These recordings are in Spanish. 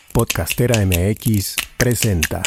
Podcastera MX presenta.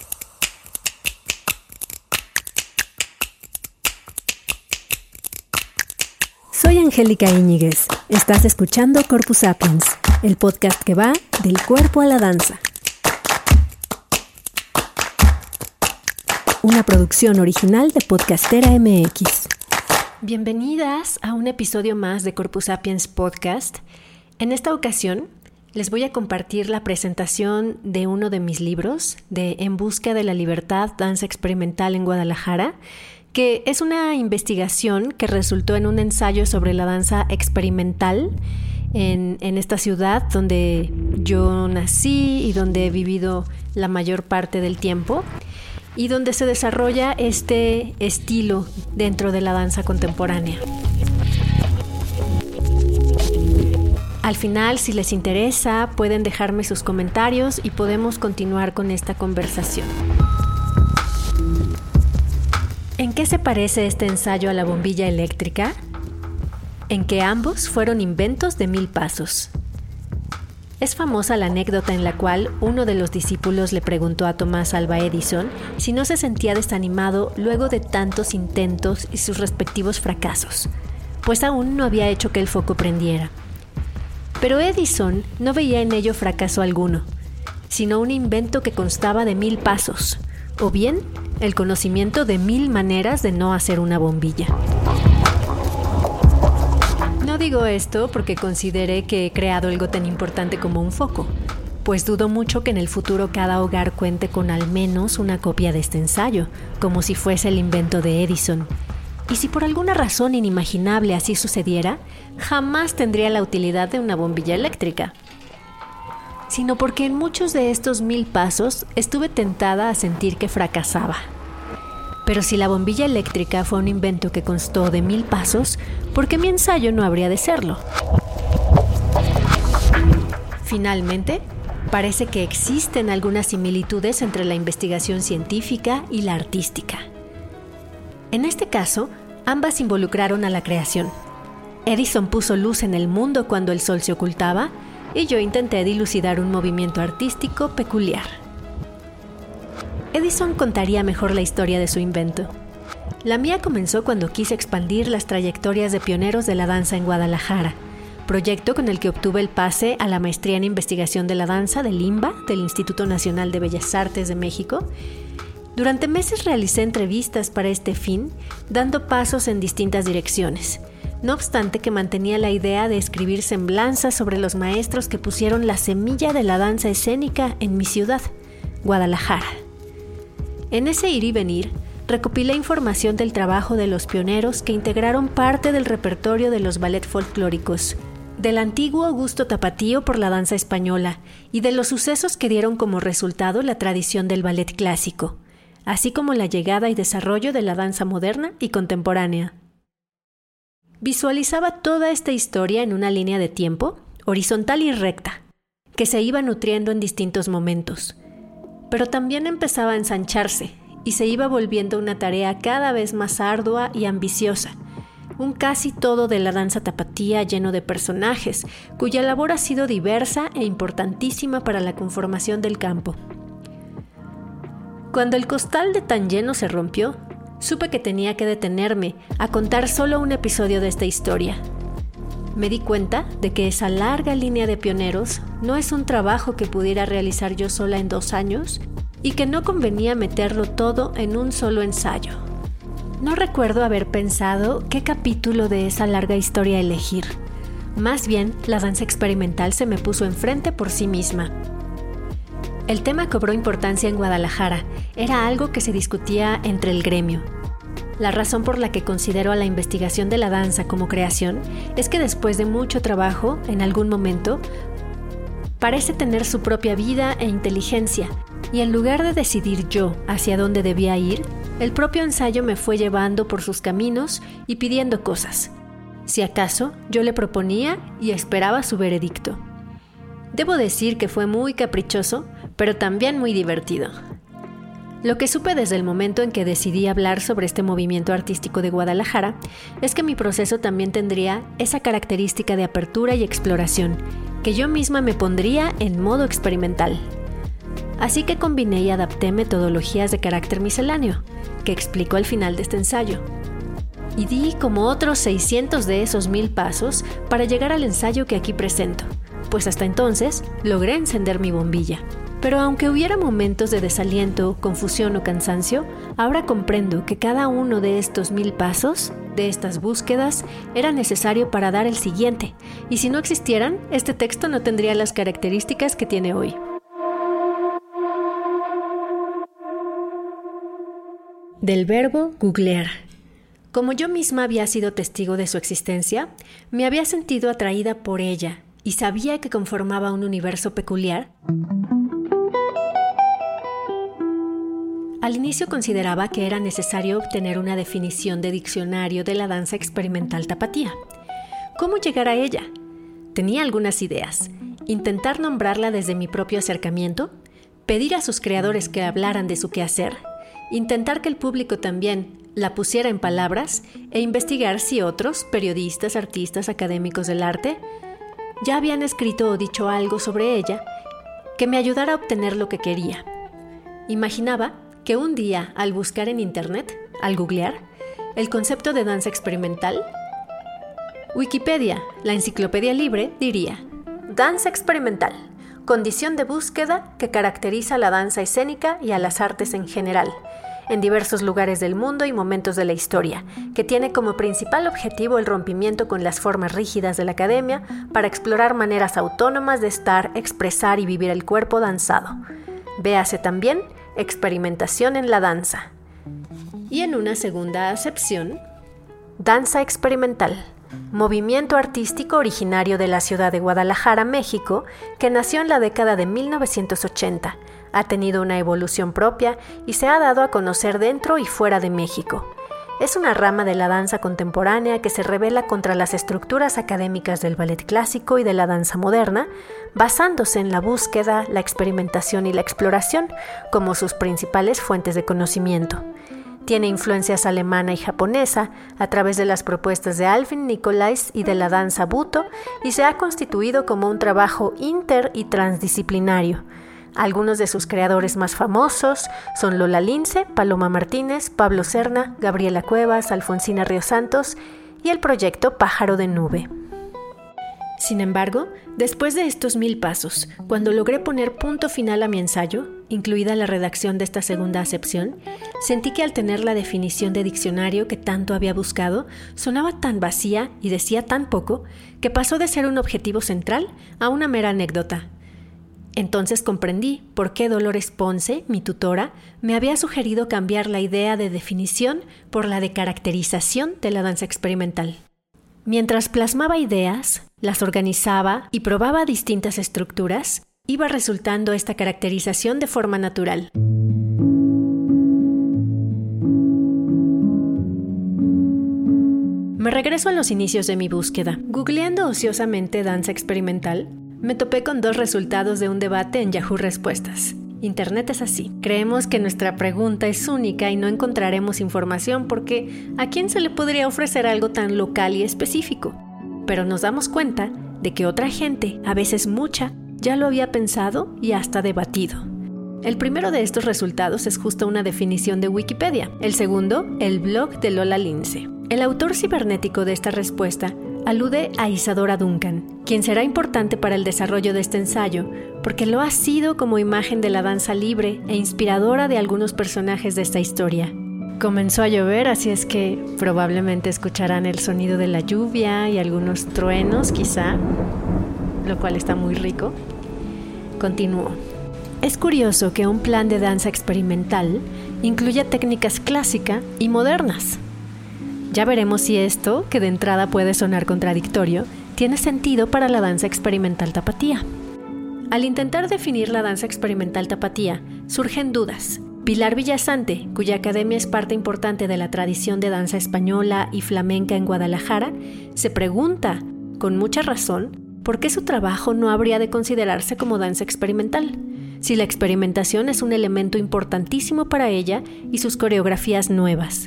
Soy Angélica Íñiguez. Estás escuchando Corpus Sapiens, el podcast que va del cuerpo a la danza. Una producción original de Podcastera MX. Bienvenidas a un episodio más de Corpus Sapiens Podcast. En esta ocasión les voy a compartir la presentación de uno de mis libros, de En busca de la libertad, danza experimental en Guadalajara, que es una investigación que resultó en un ensayo sobre la danza experimental en esta ciudad donde yo nací y donde he vivido la mayor parte del tiempo, y donde se desarrolla este estilo dentro de la danza contemporánea. Al final, si les interesa, pueden dejarme sus comentarios y podemos continuar con esta conversación. ¿En qué se parece este ensayo a la bombilla eléctrica? En que ambos fueron inventos de 1000 pasos. Es famosa la anécdota en la cual uno de los discípulos le preguntó a Thomas Alva Edison si no se sentía desanimado luego de tantos intentos y sus respectivos fracasos, pues aún no había hecho que el foco prendiera. Pero Edison no veía en ello fracaso alguno, sino un invento que constaba de 1000 pasos, o bien el conocimiento de 1000 maneras de no hacer una bombilla. No digo esto porque considere que he creado algo tan importante como un foco, pues dudo mucho que en el futuro cada hogar cuente con al menos una copia de este ensayo, como si fuese el invento de Edison. Y si por alguna razón inimaginable así sucediera, jamás tendría la utilidad de una bombilla eléctrica. Sino porque en muchos de estos 1000 pasos estuve tentada a sentir que fracasaba. Pero si la bombilla eléctrica fue un invento que constó de 1000 pasos, ¿por qué mi ensayo no habría de serlo? Finalmente, parece que existen algunas similitudes entre la investigación científica y la artística. En este caso, ambas involucraron a la creación. Edison puso luz en el mundo cuando el sol se ocultaba, y yo intenté dilucidar un movimiento artístico peculiar. Edison contaría mejor la historia de su invento. La mía comenzó cuando quise expandir las trayectorias de pioneros de la danza en Guadalajara, proyecto con el que obtuve el pase a la maestría en investigación de la danza del INBA, del Instituto Nacional de Bellas Artes de México. Durante meses realicé entrevistas para este fin, dando pasos en distintas direcciones, no obstante que mantenía la idea de escribir semblanzas sobre los maestros que pusieron la semilla de la danza escénica en mi ciudad, Guadalajara. En ese ir y venir, recopilé información del trabajo de los pioneros que integraron parte del repertorio de los ballet folclóricos, del antiguo gusto tapatío por la danza española y de los sucesos que dieron como resultado la tradición del ballet clásico, así como la llegada y desarrollo de la danza moderna y contemporánea. Visualizaba toda esta historia en una línea de tiempo, horizontal y recta, que se iba nutriendo en distintos momentos, pero también empezaba a ensancharse y se iba volviendo una tarea cada vez más ardua y ambiciosa, un casi todo de la danza tapatía lleno de personajes, cuya labor ha sido diversa e importantísima para la conformación del campo. Cuando el costal de tan lleno se rompió, supe que tenía que detenerme a contar solo un episodio de esta historia. Me di cuenta de que esa larga línea de pioneros no es un trabajo que pudiera realizar yo sola en 2 años y que no convenía meterlo todo en un solo ensayo. No recuerdo haber pensado qué capítulo de esa larga historia elegir. Más bien, la danza experimental se me puso enfrente por sí misma. El tema cobró importancia en Guadalajara. Era algo que se discutía entre el gremio. La razón por la que considero a la investigación de la danza como creación es que después de mucho trabajo, en algún momento, parece tener su propia vida e inteligencia, y en lugar de decidir yo hacia dónde debía ir, el propio ensayo me fue llevando por sus caminos y pidiendo cosas. Si acaso, yo le proponía y esperaba su veredicto. Debo decir que fue muy caprichoso, pero también muy divertido. Lo que supe desde el momento en que decidí hablar sobre este movimiento artístico de Guadalajara es que mi proceso también tendría esa característica de apertura y exploración, que yo misma me pondría en modo experimental. Así que combiné y adapté metodologías de carácter misceláneo, que explico al final de este ensayo. Y di como otros 600 de esos 1000 pasos para llegar al ensayo que aquí presento, pues hasta entonces logré encender mi bombilla. Pero aunque hubiera momentos de desaliento, confusión o cansancio, ahora comprendo que cada uno de estos 1000 pasos, de estas búsquedas, era necesario para dar el siguiente, y si no existieran, este texto no tendría las características que tiene hoy. Del verbo googlear. Como yo misma había sido testigo de su existencia, me había sentido atraída por ella y sabía que conformaba un universo peculiar. Al inicio consideraba que era necesario obtener una definición de diccionario de la danza experimental tapatía. ¿Cómo llegar a ella? Tenía algunas ideas. Intentar nombrarla desde mi propio acercamiento, pedir a sus creadores que hablaran de su quehacer, intentar que el público también la pusiera en palabras e investigar si otros, periodistas, artistas, académicos del arte, ya habían escrito o dicho algo sobre ella que me ayudara a obtener lo que quería. Imaginaba que un día, al buscar en internet, al googlear, el concepto de danza experimental, Wikipedia, la enciclopedia libre, diría: danza experimental, condición de búsqueda que caracteriza a la danza escénica y a las artes en general, en diversos lugares del mundo y momentos de la historia, que tiene como principal objetivo el rompimiento con las formas rígidas de la academia para explorar maneras autónomas de estar, expresar y vivir el cuerpo danzado. Véase también experimentación en la danza. Y en una segunda acepción, danza experimental, movimiento artístico originario de la ciudad de Guadalajara, México, que nació en la década de 1980, ha tenido una evolución propia y se ha dado a conocer dentro y fuera de México. Es una rama de la danza contemporánea que se rebela contra las estructuras académicas del ballet clásico y de la danza moderna, basándose en la búsqueda, la experimentación y la exploración como sus principales fuentes de conocimiento. Tiene influencias alemana y japonesa a través de las propuestas de Alvin Nicolais y de la danza Buto, y se ha constituido como un trabajo inter- y transdisciplinario. Algunos de sus creadores más famosos son Lola Lince, Paloma Martínez, Pablo Serna, Gabriela Cuevas, Alfonsina Ríos Santos y el proyecto Pájaro de Nube. Sin embargo, después de estos 1000 pasos, cuando logré poner punto final a mi ensayo, incluida la redacción de esta segunda acepción, sentí que al tener la definición de diccionario que tanto había buscado, sonaba tan vacía y decía tan poco, que pasó de ser un objetivo central a una mera anécdota. Entonces comprendí por qué Dolores Ponce, mi tutora, me había sugerido cambiar la idea de definición por la de caracterización de la danza experimental. Mientras plasmaba ideas, las organizaba y probaba distintas estructuras, iba resultando esta caracterización de forma natural. Me regreso a los inicios de mi búsqueda. Googleando ociosamente danza experimental, me topé con 2 resultados de un debate en Yahoo Respuestas. Internet es así. Creemos que nuestra pregunta es única y no encontraremos información porque ¿a quién se le podría ofrecer algo tan local y específico? Pero nos damos cuenta de que otra gente, a veces mucha, ya lo había pensado y hasta debatido. El primero de estos resultados es justo una definición de Wikipedia. El segundo, el blog de Lola Lince. El autor cibernético de esta respuesta alude a Isadora Duncan, quien será importante para el desarrollo de este ensayo, porque lo ha sido como imagen de la danza libre e inspiradora de algunos personajes de esta historia. Comenzó a llover, así es que probablemente escucharán el sonido de la lluvia y algunos truenos, quizá, lo cual está muy rico. Continúo. Es curioso que un plan de danza experimental incluya técnicas clásicas y modernas. Ya veremos si esto, que de entrada puede sonar contradictorio, tiene sentido para la danza experimental tapatía. Al intentar definir la danza experimental tapatía, surgen dudas. Pilar Villasante, cuya academia es parte importante de la tradición de danza española y flamenca en Guadalajara, se pregunta, con mucha razón, por qué su trabajo no habría de considerarse como danza experimental. si la experimentación es un elemento importantísimo para ella y sus coreografías nuevas.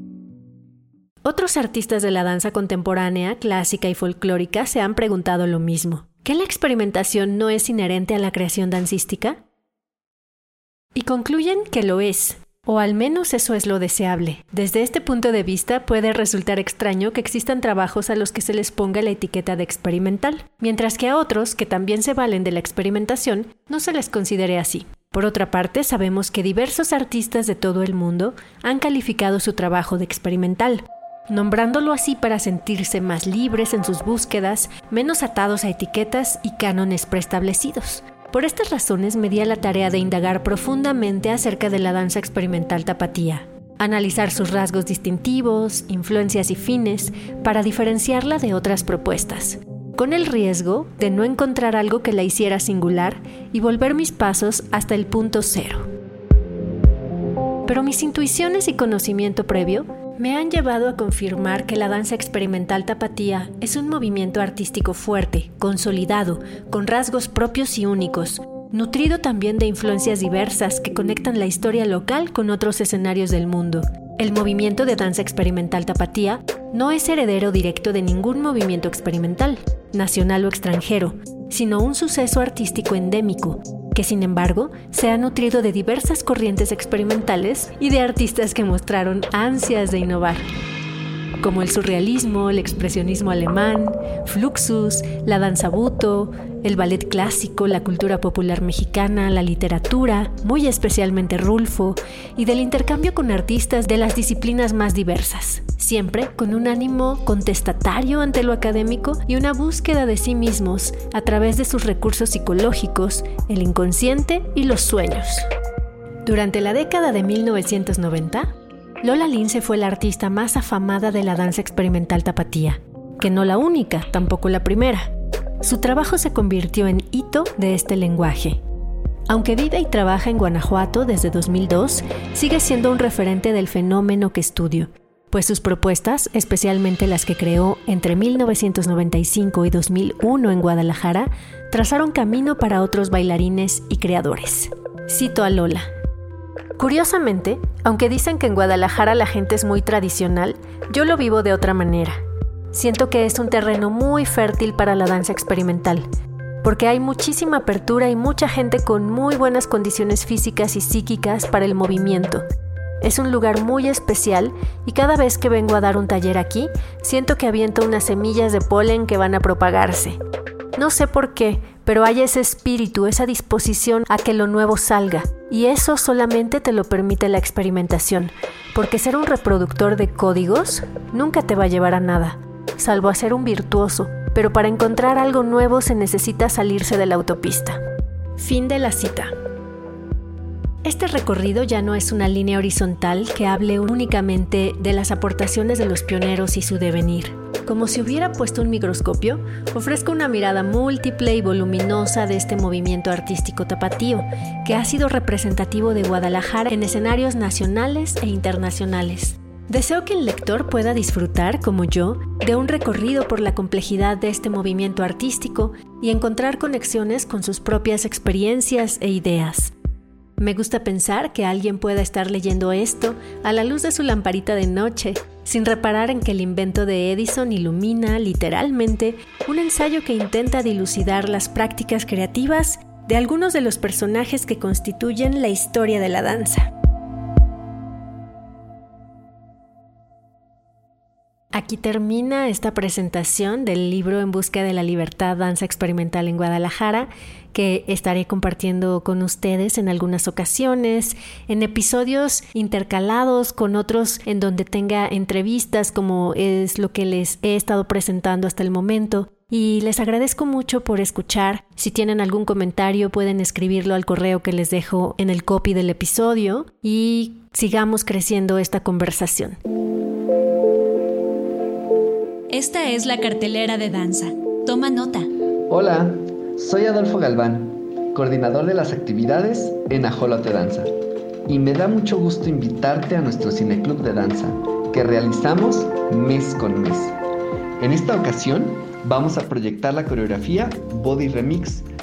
Otros artistas de la danza contemporánea, clásica y folclórica se han preguntado lo mismo. ¿Que la experimentación no es inherente a la creación dancística? Y concluyen que lo es, o al menos eso es lo deseable. Desde este punto de vista puede resultar extraño que existan trabajos a los que se les ponga la etiqueta de experimental, mientras que a otros, que también se valen de la experimentación, no se les considere así. Por otra parte, sabemos que diversos artistas de todo el mundo han calificado su trabajo de experimental, nombrándolo así para sentirse más libres en sus búsquedas, menos atados a etiquetas y cánones preestablecidos. Por estas razones me di a la tarea de indagar profundamente acerca de la danza experimental tapatía, analizar sus rasgos distintivos, influencias y fines para diferenciarla de otras propuestas, con el riesgo de no encontrar algo que la hiciera singular y volver mis pasos hasta el punto cero. Pero mis intuiciones y conocimiento previo me han llevado a confirmar que la danza experimental tapatía es un movimiento artístico fuerte, consolidado, con rasgos propios y únicos, nutrido también de influencias diversas que conectan la historia local con otros escenarios del mundo. El movimiento de danza experimental tapatía no es heredero directo de ningún movimiento experimental, nacional o extranjero, sino un suceso artístico endémico, que sin embargo se ha nutrido de diversas corrientes experimentales y de artistas que mostraron ansias de innovar, como el surrealismo, el expresionismo alemán, Fluxus, la danza buto, el ballet clásico, la cultura popular mexicana, la literatura, muy especialmente Rulfo, y del intercambio con artistas de las disciplinas más diversas, siempre con un ánimo contestatario ante lo académico y una búsqueda de sí mismos a través de sus recursos psicológicos, el inconsciente y los sueños. Durante la década de 1990, Lola Lince fue la artista más afamada de la danza experimental tapatía, que no la única, tampoco la primera. Su trabajo se convirtió en hito de este lenguaje. Aunque vive y trabaja en Guanajuato desde 2002, sigue siendo un referente del fenómeno que estudio, pues sus propuestas, especialmente las que creó entre 1995 y 2001 en Guadalajara, trazaron camino para otros bailarines y creadores. Cito a Lola. Curiosamente, aunque dicen que en Guadalajara la gente es muy tradicional, yo lo vivo de otra manera. Siento que es un terreno muy fértil para la danza experimental, porque hay muchísima apertura y mucha gente con muy buenas condiciones físicas y psíquicas para el movimiento. Es un lugar muy especial y cada vez que vengo a dar un taller aquí, siento que aviento unas semillas de polen que van a propagarse. No sé por qué, pero hay ese espíritu, esa disposición a que lo nuevo salga, y eso solamente te lo permite la experimentación, porque ser un reproductor de códigos nunca te va a llevar a nada, salvo a ser un virtuoso, pero para encontrar algo nuevo se necesita salirse de la autopista. Fin de la cita. Este recorrido ya no es una línea horizontal que hable únicamente de las aportaciones de los pioneros y su devenir. Como si hubiera puesto un microscopio, ofrezco una mirada múltiple y voluminosa de este movimiento artístico tapatío, que ha sido representativo de Guadalajara en escenarios nacionales e internacionales. Deseo que el lector pueda disfrutar, como yo, de un recorrido por la complejidad de este movimiento artístico y encontrar conexiones con sus propias experiencias e ideas. Me gusta pensar que alguien pueda estar leyendo esto a la luz de su lamparita de noche, sin reparar en que el invento de Edison ilumina, literalmente, un ensayo que intenta dilucidar las prácticas creativas de algunos de los personajes que constituyen la historia de la danza. Aquí termina esta presentación del libro En busca de la libertad, danza experimental en Guadalajara, que estaré compartiendo con ustedes en algunas ocasiones, en episodios intercalados con otros en donde tenga entrevistas, como es lo que les he estado presentando hasta el momento. Y les agradezco mucho por escuchar. Si tienen algún comentario pueden escribirlo al correo que les dejo en el copy del episodio y sigamos creciendo esta conversación. Esta es la cartelera de danza. Toma nota. Hola, soy Adolfo Galván, coordinador de las actividades en Ajolote Danza. Y me da mucho gusto invitarte a nuestro cineclub de danza, que realizamos mes con mes. En esta ocasión, vamos a proyectar la coreografía Body Remix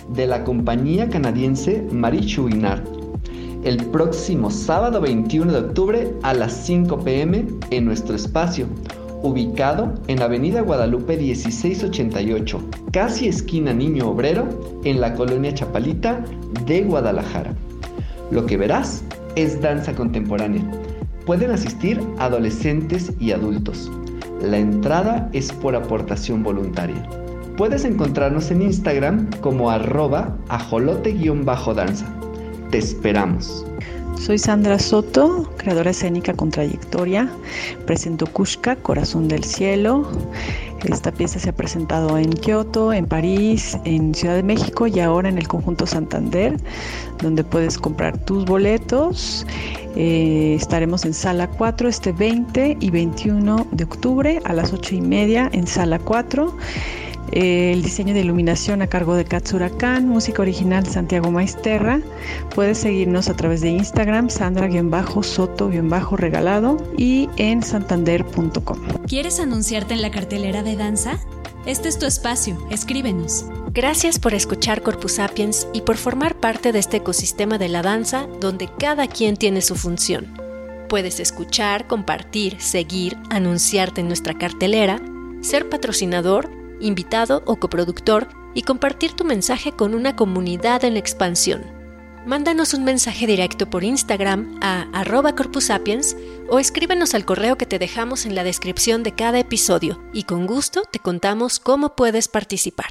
de la compañía canadiense Marie Chouinard, el próximo sábado 21 de octubre a las 5 p.m. en nuestro espacio, ubicado en Avenida Guadalupe 1688, casi esquina Niño Obrero, en la colonia Chapalita de Guadalajara. Lo que verás es danza contemporánea. Pueden asistir adolescentes y adultos. La entrada es por aportación voluntaria. Puedes encontrarnos en Instagram como @ajolote_danza. Te esperamos. Soy Sandra Soto, creadora escénica con trayectoria. Presento Kushka, Corazón del Cielo. Esta pieza se ha presentado en Kioto, en París, en Ciudad de México y ahora en el Conjunto Santander, donde puedes comprar tus boletos. Estaremos en Sala 4 este 20 y 21 de octubre a las 8:30 en Sala 4. El diseño de iluminación a cargo de Katsura Kan, música original Santiago Maesterra. Puedes seguirnos a través de Instagram, Sandra_Soto_regalado y en santander.com. ¿Quieres anunciarte en la cartelera de danza? Este es tu espacio, escríbenos. Gracias por escuchar Corpus Sapiens y por formar parte de este ecosistema de la danza donde cada quien tiene su función. Puedes escuchar, compartir, seguir, anunciarte en nuestra cartelera, ser patrocinador, invitado o coproductor y compartir tu mensaje con una comunidad en expansión. Mándanos un mensaje directo por Instagram a @corpusapiens o escríbenos al correo que te dejamos en la descripción de cada episodio y con gusto te contamos cómo puedes participar.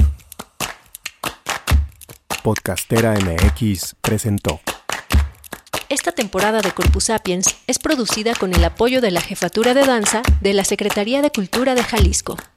Podcastera MX presentó. Esta temporada de Corpus Sapiens es producida con el apoyo de la Jefatura de Danza de la Secretaría de Cultura de Jalisco.